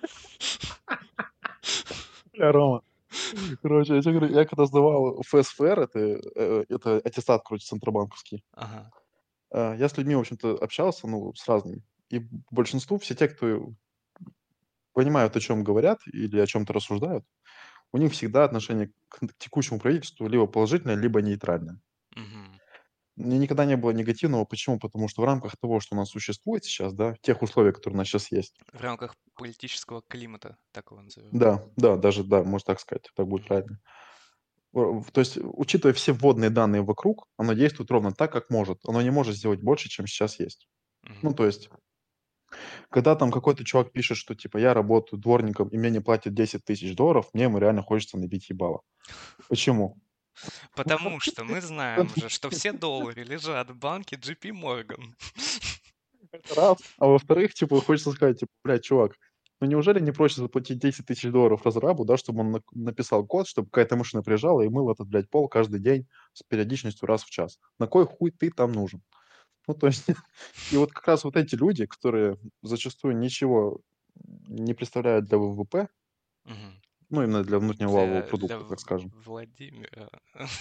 Бля, Рома. Короче, я тебе говорю, я когда сдавал ФСФР, это аттестат, короче, центробанковский, Ага. я с людьми, в общем-то, общался, ну, с разными. И большинству все те, кто понимают, о чем говорят или о чем-то рассуждают, у них всегда отношение к текущему правительству либо положительное, либо нейтральное. Мгм. мне никогда не было негативного. Почему? Потому что в рамках того, что у нас существует сейчас, да, тех условий, которые у нас сейчас есть, В рамках политического климата, так его назовем. да, да, даже, да, можно так сказать, так будет Мгм. правильно. То есть, учитывая все вводные данные вокруг, оно действует ровно так, как может. Оно не может сделать больше, чем сейчас есть. Мгм. Ну, то есть, когда там какой-то чувак пишет, что типа я работаю дворником и мне не платят 10 тысяч долларов, мне ему реально хочется набить ебало. Почему? Потому что мы знаем же, что все доллары лежат в банке JP Morgan. Это раз. А во-вторых, типа, хочется сказать, типа, блядь, чувак, ну неужели не проще заплатить 10 тысяч долларов разрабу, да, чтобы он написал код, чтобы какая-то машина приезжала и мыл этот, блядь, пол каждый день с периодичностью раз в час? На кой хуй ты там нужен? Ну, то есть, и вот как раз вот эти люди, которые зачастую ничего не представляют для ВВП, Мгм. ну, именно для внутреннего валового Для продукта, так скажем. Владимира.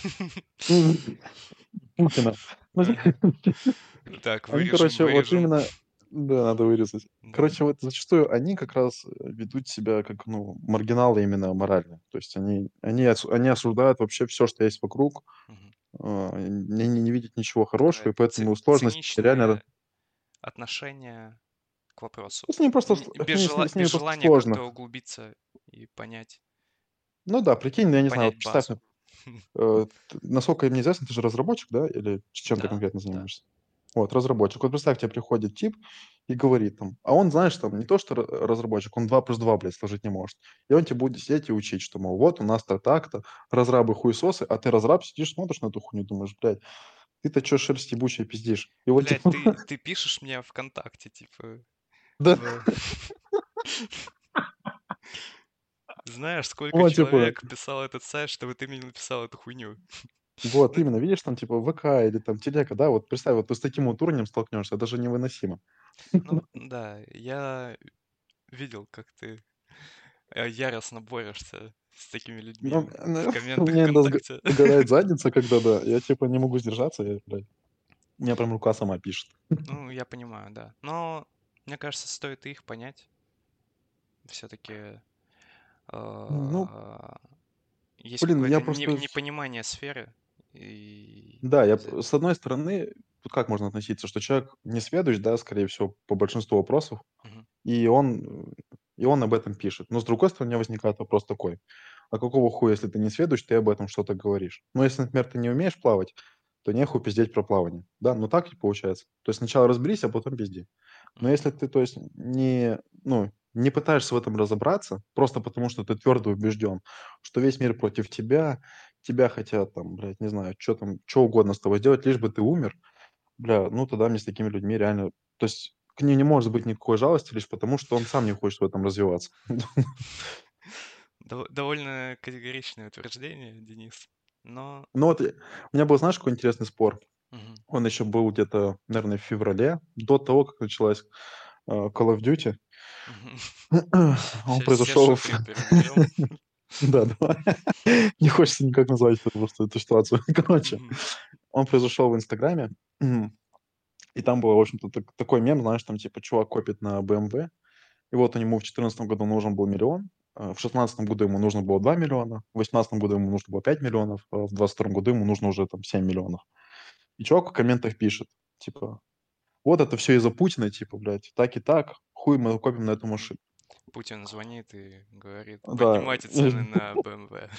Путина. Ну, Ага. Так, они, вырежем, короче, вот вырежем. именно, да, надо вырезать. Да. Короче, вот зачастую они как раз ведут себя как, ну, маргиналы именно морально. То есть они осуждают вообще все, что есть вокруг, Мгм. они не видят ничего Такое хорошего, и поэтому сложность реально... циничное отношение к вопросу. С ними просто Без с ними просто желания сложно. как-то углубиться и понять, Ну да, прикинь, ну, я не знаю, вот понять представь, базу. насколько мне известно, ты же разработчик, да, или чем ты Да, конкретно да. занимаешься? Вот, разработчик. Вот представь, тебе приходит тип и говорит там, а он, знаешь, там не то, что разработчик, он 2 плюс 2, блядь, сложить не может. И он тебе будет сидеть и учить, что, мол, вот у нас-то так-то, разрабы хуесосы, а ты разраб сидишь, смотришь на эту хуйню, думаешь, блядь, ты-то чё шерсть ебучая пиздишь? И вот Блядь, типа, ты пишешь мне ВКонтакте, типа, да, в... Знаешь, сколько вот типа, человек писал этот сайт, чтобы ты мне написал эту хуйню? вот Ну, именно, видишь, там типа ВК или там телека, да, вот представь, вот ты с таким вот уровнем столкнешься, это же невыносимо. ну, да, я видел, как ты яростно борешься с такими людьми Ну, в у комментах меня иногда ВКонтакте. сгорает задница, когда, да, я типа не могу сдержаться, я, блядь, у меня прям рука сама пишет. Ну, я понимаю, да. Но, мне кажется, стоит и их понять. Все-таки Ну, есть блин, какое-то я просто... непонимание сферы. И Да, из-за этого. с одной стороны, тут как можно относиться, что человек не сведущ, да, скорее всего, по большинству вопросов, Мгм. и он об этом пишет. Но с другой стороны, у меня возникает вопрос такой: а какого хуя, если ты не сведущ, ты об этом что-то говоришь? Ну, если, например, ты не умеешь плавать, то нехуй пиздеть про плавание. Да, ну так и получается. То есть сначала разберись, а потом пизди. Но Мгм. если ты, то есть, не пытаешься в этом разобраться, просто потому что ты твердо убежден, что весь мир против тебя, тебя хотят там, блядь, не знаю, что там, что угодно с тобой сделать, лишь бы ты умер, бля, ну тогда мне с такими людьми реально... То есть к ним не может быть никакой жалости лишь потому, что он сам не хочет в этом развиваться. Довольно категоричное утверждение, Денис. Но Ну вот у меня был, знаешь, какой интересный спор? мгм. Он еще был где-то, наверное, в феврале, до того, как началась Call of Duty. Мгм. Он Все произошел шуты переберем. Да, давай. Не хочется никак назвать просто эту ситуацию. Короче, Мгм. он произошел в "Инстаграме", и там был, в общем-то, такой мем, знаешь, там типа чувак копит на BMW, и вот ему в 2014 году нужен был 1 000 000, в 2016 году ему нужно было 2 000 000, в 2018 году ему нужно было 5 000 000, а в 2022 году ему нужно уже там 7 000 000. И чувак в комментах пишет, типа: "Вот это все из-за Путина, типа, блядь, так и так, хуй мы копим на эту Мгм. машину". Путин звонит и говорит: Да, поднимайте цены на BMW.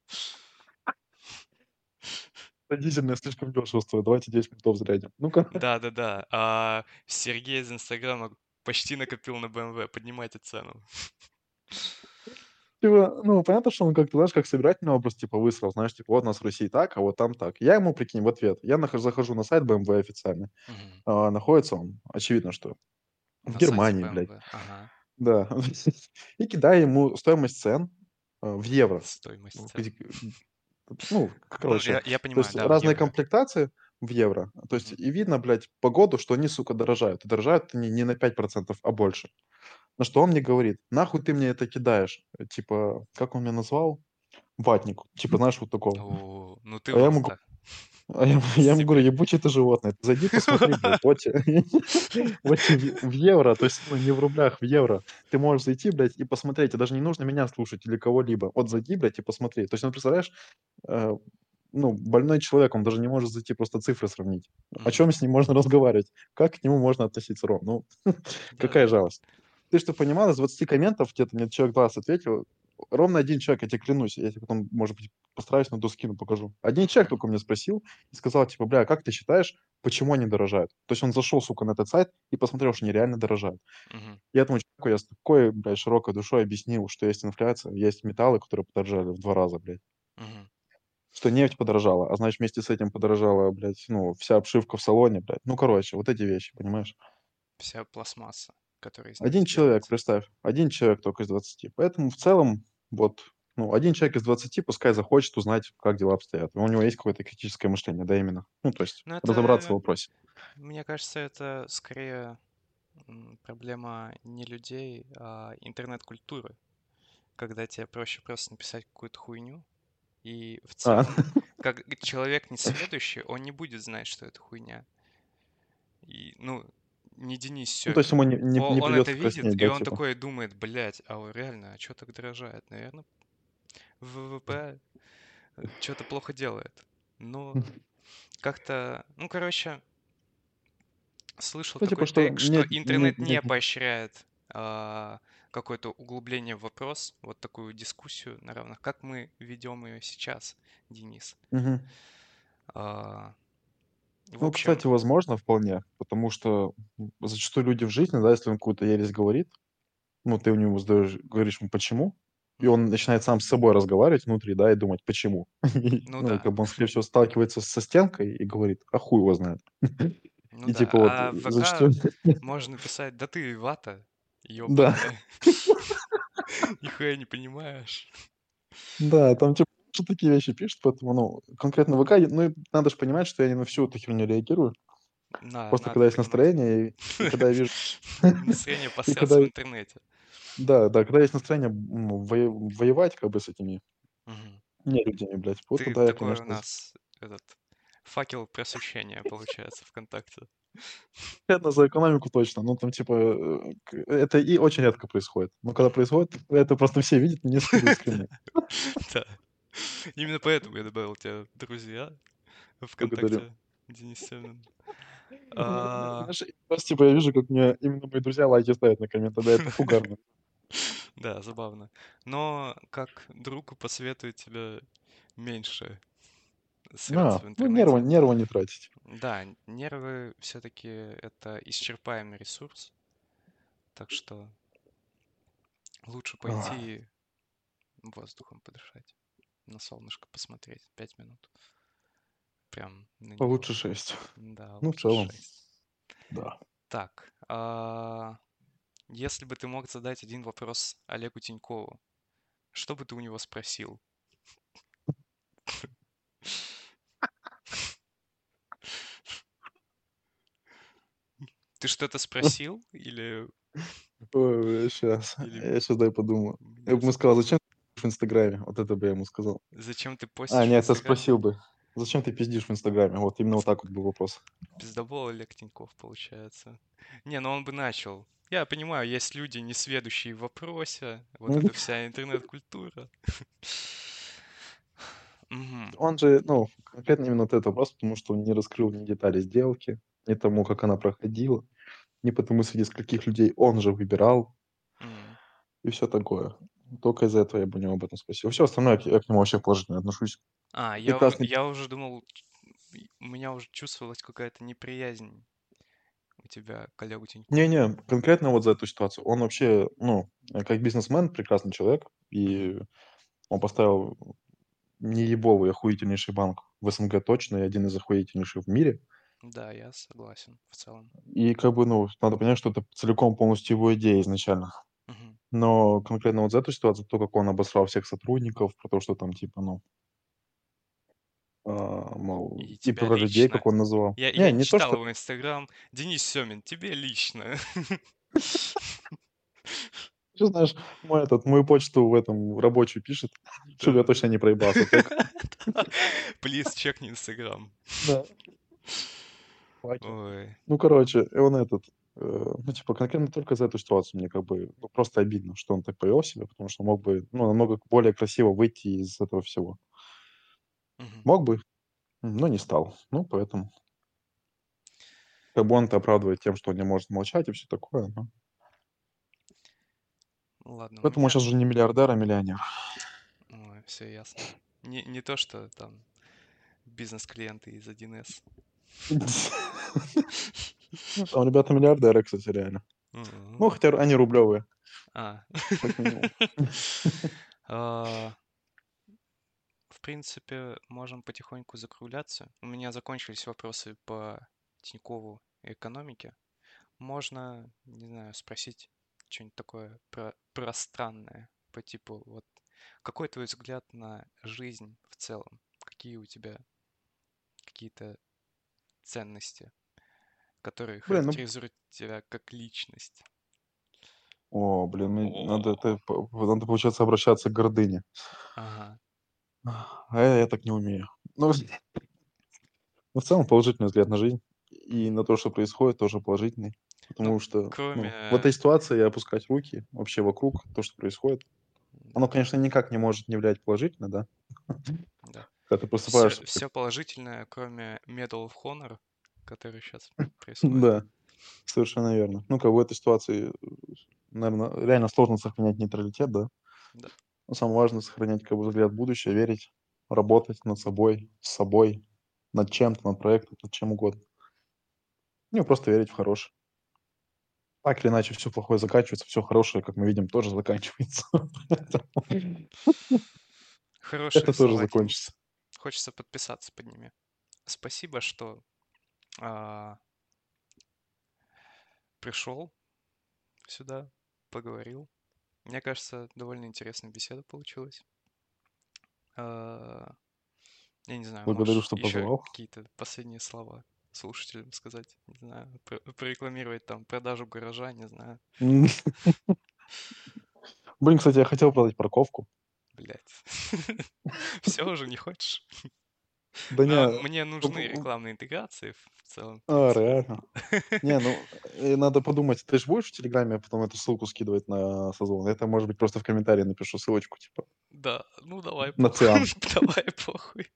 дизельная слишком дешево стоит, давайте 10 ментов зарядим. Ну-ка. Да-да-да. А Сергей из Инстаграма почти накопил на BMW. Поднимайте цену. Типа, ну, понятно, что он как-то, знаешь, как собирательный образ, типа, высрал, знаешь, типа, вот у нас в России так, а вот там так. Я ему, прикинь, в ответ, я захожу на сайт BMW официальный, Мгм. находится он, очевидно, что в На сайте Германии, блядь, BMW. Ага. да, и кидаю ему стоимость цен в евро. Стоимость Ну, цен. Ну, короче, я то понимаю, есть да, в разные евро. комплектации в евро. То есть Мгм. и видно, блядь, по году, что они, сука, дорожают. И дорожают они не на 5%, а больше. На что он мне говорит: "Нахуй ты мне это кидаешь?" Типа, как он меня назвал? Ватник. Типа, знаешь, вот такого. О, ну ты А я ему г врун-то. я ему говорю: Себе. "Ебучий ты животное, ты зайди посмотри, блядь, вот те вот те в евро, то есть, ну, не в рублях, в евро. Ты можешь зайти, блядь, и посмотреть, тебе даже не нужно меня слушать или кого-либо. Вот зайди, блядь, и посмотри". То есть, ну, представляешь, э, ну, больной человек, он даже не может зайти просто цифры сравнить. О Мгм. чем с ним можно разговаривать? Как к нему можно относиться, Ром? Ну, какая Да. жалость. Ты что понимал, из 20 комментов где-то мне человек 20 ответил, ровно один человек, я тебе клянусь, я тебе потом, может быть, постараюсь, но скину, покажу. Один человек Мгм. только меня спросил и сказал, типа, бля, как ты считаешь, почему они дорожают? То есть он зашел, сука, на этот сайт и посмотрел, что они реально дорожают. Мгм. Я этому человеку, я с такой, блядь, широкой душой объяснил, что есть инфляция, есть металлы, которые подорожали в 2 раза, блядь. Мгм. Что нефть подорожала, а значит, вместе с этим подорожала, блядь, ну, вся обшивка в салоне, блядь. Ну, короче, вот эти вещи, понимаешь? Вся пластмасса, которая из Один нефти человек, делается. представь, один человек только из 20. Поэтому в целом, вот, ну, один человек из 20 пускай захочет узнать, как дела обстоят. И у него есть какое-то критическое мышление, да, именно. Ну, то есть Но разобраться в это, вопросе. мне кажется, это скорее проблема не людей, а интернет-культуры, когда тебе проще просто написать какую-то хуйню, и в А, целом, как человек несведущий, он не будет знать, что это хуйня. И, ну, не Денис ну, то есть Семин. ему не Он это придется видит, краснеть, и да, он типа. такой думает, блядь, а вот реально, а что так дорожает? Наверное, ВВП что-то плохо делает. Ну, как-то, ну, короче, слышал Ну, типа, такой что тейк, что нет, нет, интернет не нет. поощряет какое-то углубление в вопрос, вот такую дискуссию на равных, как мы ведем ее сейчас, Денис. Мгм. А, в Ну, общем, кстати, возможно, вполне, потому что зачастую люди в жизни, да, если он какую-то ересь говорит, ну, ты у него задаешь, говоришь ему почему, и мгм, он начинает сам с собой разговаривать внутри, да, и думать почему. ну Ну, и да, как бы он, скорее всего, сталкивается со стенкой и говорит, а хуй его знает. ну И да. типа вот А в зачастую, ВК можно писать, да ты вата, да, ёбаная, нихуя не понимаешь. да, там типа что такие вещи пишут, поэтому, ну, конкретно ВК, ну, и надо же понимать, что я не на всю эту херню реагирую. Просто Надо когда есть понимать. настроение, и когда я вижу, Настроение и посраться когда, в интернете. да, да, когда есть настроение воевать как бы с этими Мгм. нелюдями, блядь, вот Ты тогда я, такой у конечно, нас этот факел просвещения получается ВКонтакте. конкретно за экономику точно. Ну, там, типа, это и очень редко происходит. Но когда Мгм. происходит, это просто все видят, и не скидывают скрины. Да. Именно поэтому я добавил тебя в друзья Благодарю. ВКонтакте, Денис Семин. А, Знаешь, просто, типа, я вижу, как мне именно мои друзья лайки ставят на комменты. Да, это угарно. Да, забавно. Но как другу посоветую тебе меньше сраться в Ну, нервы, интернете. нервы не тратить. Да, нервы все-таки это исчерпаемый ресурс, так что лучше Ах, пойти воздухом подышать, на солнышко посмотреть 5 минут, прям на него. Лучше 6. Да, Ну, в лучше целом, 6. да. Так, если бы ты мог задать один вопрос Олегу Тинькову, что бы ты у него спросил? Ты что-то спросил Ой, сейчас. или Я сейчас дай подумаю. Я мне бы ему сказал, забыл? зачем ты в Инстаграме? Вот это бы я ему сказал. Зачем ты А, постишь в нет, я Инстаграме? спросил бы, зачем ты пиздишь в Инстаграме? Вот именно вот так вот был вопрос. Пиздобол Олег Тиньков, получается. Не, ну он бы начал. Я понимаю, есть люди, несведущие в вопросе, вот эта вся интернет-культура. Мгм. Он же, ну, конкретно именно вот этот вопрос, потому что он не раскрыл ни детали сделки, ни тому, как она проходила, ни потому, среди скольких людей он же выбирал М. и все такое. Только из-за этого я бы у него об этом спросил. Все остальное я к нему вообще положительно отношусь. Прекрасный. Я уже думал, у меня уже чувствовалась какая-то неприязнь у тебя к Олегу Тинькову. Не-не, конкретно вот за эту ситуацию. Он вообще, ну, как бизнесмен прекрасный человек, Мгм. и он поставил неебовый охуительнейший банк в СНГ точно, и один из охуительнейших в мире. Да, я согласен в целом. И как бы, ну, надо понять, что это целиком полностью его идея изначально. Мгм. Но конкретно вот за эту ситуацию, то, как он обосрал всех сотрудников, про то, что там типа, ну, мол, И и тебя про людей, лично. как он называл. Я Не, не не то, читал что, его инстаграм. Денис Семин, тебе лично. ты знаешь, мою почту в этом рабочую пишет, чтобы я Да. точно не проебался. Так, Плиз, чекни инстаграм. да, лаки. Ой. Ну, короче, и он ну, типа, конкретно только за эту ситуацию мне как бы ну, просто обидно, что он так повел себя, потому что мог бы, ну, намного более красиво выйти из этого всего. Мгм. Мог бы, но не стал. Ну, поэтому как бы он это оправдывает тем, что он не может молчать и все такое, но Ладно, у поэтому он меня... щас уже не миллиардер, а миллионер. Ой, все ясно. Не то, что там бизнес-клиенты из 1С. Там ребята миллиардеры, кстати, реально. Ну, Мгм. хотя они рублевые, А. как минимум. А, В принципе, можем потихоньку закругляться. У меня закончились вопросы по Тинькову и экономике. Можно, не знаю, спросить что-нибудь такое пространное по типу, вот, какой твой взгляд на жизнь в целом? Какие у тебя какие-то ценности, которые Блин, ну, характеризуют тебя как личность? блин, надо О, надо, получается, обращаться к гордыне. ага. А я так не умею. Ну, в целом положительный взгляд на жизнь и Мгм. на то, что происходит, тоже положительный. Ну, Потому что, ну, в кроме... этой ситуации опускать руки вообще вокруг, то, что происходит, оно, Да, конечно, никак не может не влиять положительно, да. да. Когда ты Все, просыпаешься, все положительное, кроме Medal of Honor, который сейчас происходит. да, совершенно верно. Ну, как бы в этой ситуации, наверно, реально сложно сохранять нейтралитет, да. Да, Но самое важное — сохранять как бы взгляд в будущее, верить, работать над собой, с собой, над чем-то, над проектом, над чем угодно. Ну, и просто верить в хорошее. Так или иначе, все плохое заканчивается, все хорошее, как мы видим, тоже заканчивается. Поэтому хорошие это тоже слова, Денис. закончится. Хочется подписаться под ними. Спасибо, что а, пришел сюда, поговорил. Мне кажется, довольно интересная беседа получилась. А, Я не знаю, Благодарю, можешь что еще позвал. какие-то последние слова слушателям сказать? Не знаю, прорекламировать там продажу гаража, не знаю. М, Блин, кстати, я хотел продать парковку. Блять. Все уже не хочешь? Да Но не, мне нужны рекламные интеграции в целом, в принципе. реально. Не, ну, надо подумать, ты же будешь в "Телеграме" потом эту ссылку скидывать на созвон? Это, может быть, просто в комментарии напишу ссылочку, типа, Да, ну давай на похуй. циан. Давай похуй.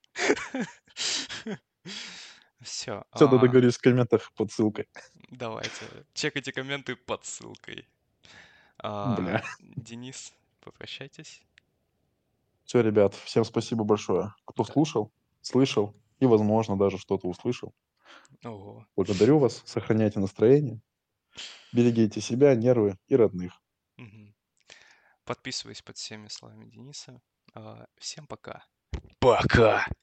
Все, Всё, да, договорились в комментах под ссылкой. давайте. Чекайте комменты под ссылкой. Бля. Денис, попрощайтесь. Все, ребят, всем спасибо большое, кто Да. слушал, слышал и, возможно, даже что-то услышал. Ого. Благодарю вас, сохраняйте настроение, берегите себя, нервы и родных. Мгм. Подписываюсь под всеми словами Дениса. Всем пока. Пока.